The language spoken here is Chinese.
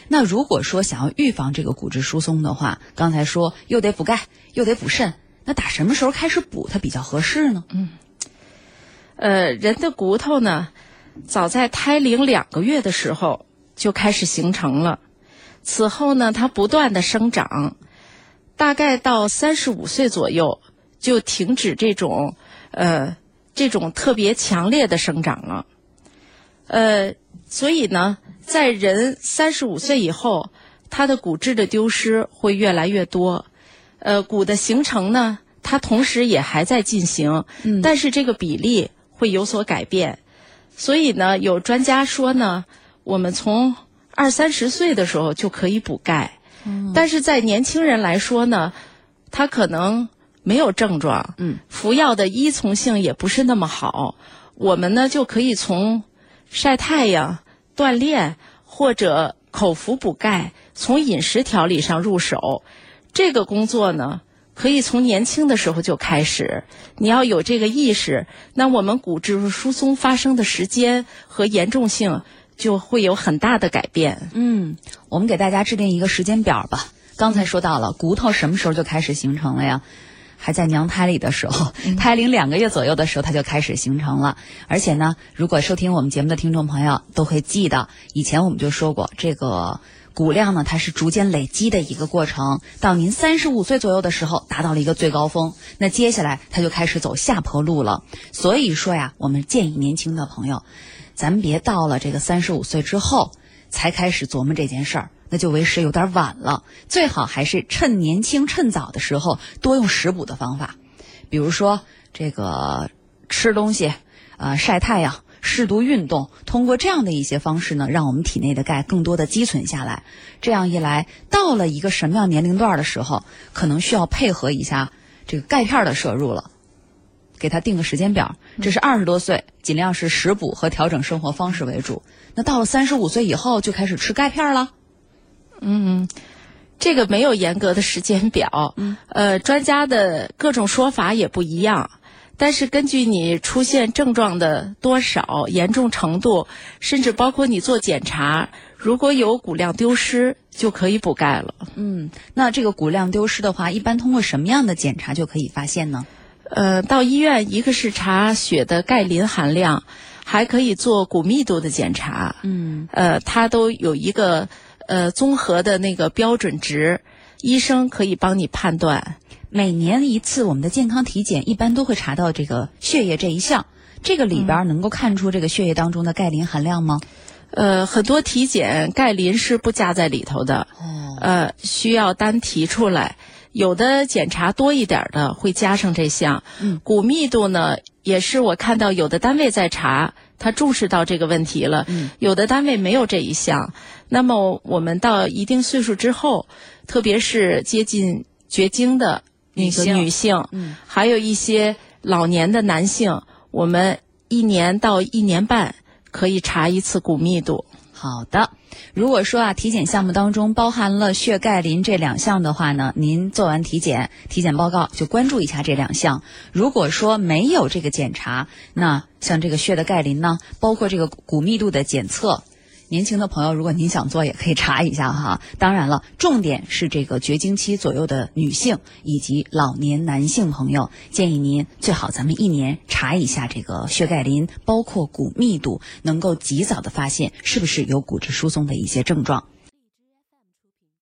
那如果说想要预防这个骨质疏松的话，刚才说又得补钙又得补肾，那打什么时候开始补它比较合适呢？ 人的骨头呢，早在胎龄2个月的时候就开始形成了，此后呢，它不断的生长，大概到35岁左右就停止这种特别强烈的生长了。所以呢，在人35岁以后，它的骨质的丢失会越来越多。骨的形成呢，它同时也还在进行，但是这个比例会有所改变。所以呢，有专家说呢，我们从20-30岁的时候就可以补钙，但是在年轻人来说呢，他可能没有症状，服药的依从性也不是那么好，我们呢就可以从晒太阳、锻炼或者口服补钙，从饮食调理上入手。这个工作呢，可以从年轻的时候就开始，你要有这个意识，那我们骨质疏松发生的时间和严重性就会有很大的改变。 我们给大家制定一个时间表吧。刚才说到了骨头什么时候就开始形成了呀？还在娘胎里的时候，胎龄2个月左右的时候它就开始形成了。而且呢，如果收听我们节目的听众朋友都会记得，以前我们就说过，这个骨量呢，它是逐渐累积的一个过程，到您35岁左右的时候达到了一个最高峰，那接下来它就开始走下坡路了。所以说呀，我们建议年轻的朋友，咱们别到了这个35岁之后才开始琢磨这件事儿，那就为时有点晚了。最好还是趁年轻趁早的时候多用食补的方法，比如说这个吃东西晒太阳，适度运动，通过这样的一些方式呢，让我们体内的钙更多的积存下来。这样一来，到了一个什么样年龄段的时候，可能需要配合一下这个钙片的摄入了，给他定个时间表，这是20多岁，尽量是食补和调整生活方式为主。那到了35岁以后就开始吃钙片了。 这个没有严格的时间表，专家的各种说法也不一样，但是根据你出现症状的多少、严重程度，甚至包括你做检查，如果有骨量丢失，就可以补钙了。 那这个骨量丢失的话，一般通过什么样的检查就可以发现呢？ 到医院，一个是查血的钙磷含量，还可以做骨密度的检查。它都有一个综合的那个标准值，医生可以帮你判断。 每年一次我们的健康体检一般都会查到这个血液这一项，这个里边能够看出这个血液当中的钙磷含量吗？ 很多体检钙磷是不加在里头的，需要单提出来。有的检查多一点的会加上这项。骨密度呢，也是我看到有的单位在查，他重视到这个问题了，有的单位没有这一项。那么我们到一定岁数之后，特别是接近绝经的那个女性，还有一些老年的男性，我们1年到1年半可以查一次骨密度。 好的，如果说体检项目当中包含了血钙磷这2项的话呢，您做完体检报告就关注一下这2项。如果说没有这个检查，那像这个血的钙磷呢，包括这个骨密度的检测，年轻的朋友如果您想做也可以查一下哈。当然了，重点是这个绝经期左右的女性以及老年男性朋友，建议您最好咱们1年查一下这个血钙磷，包括骨密度，能够及早的发现是不是有骨质疏松的一些症状。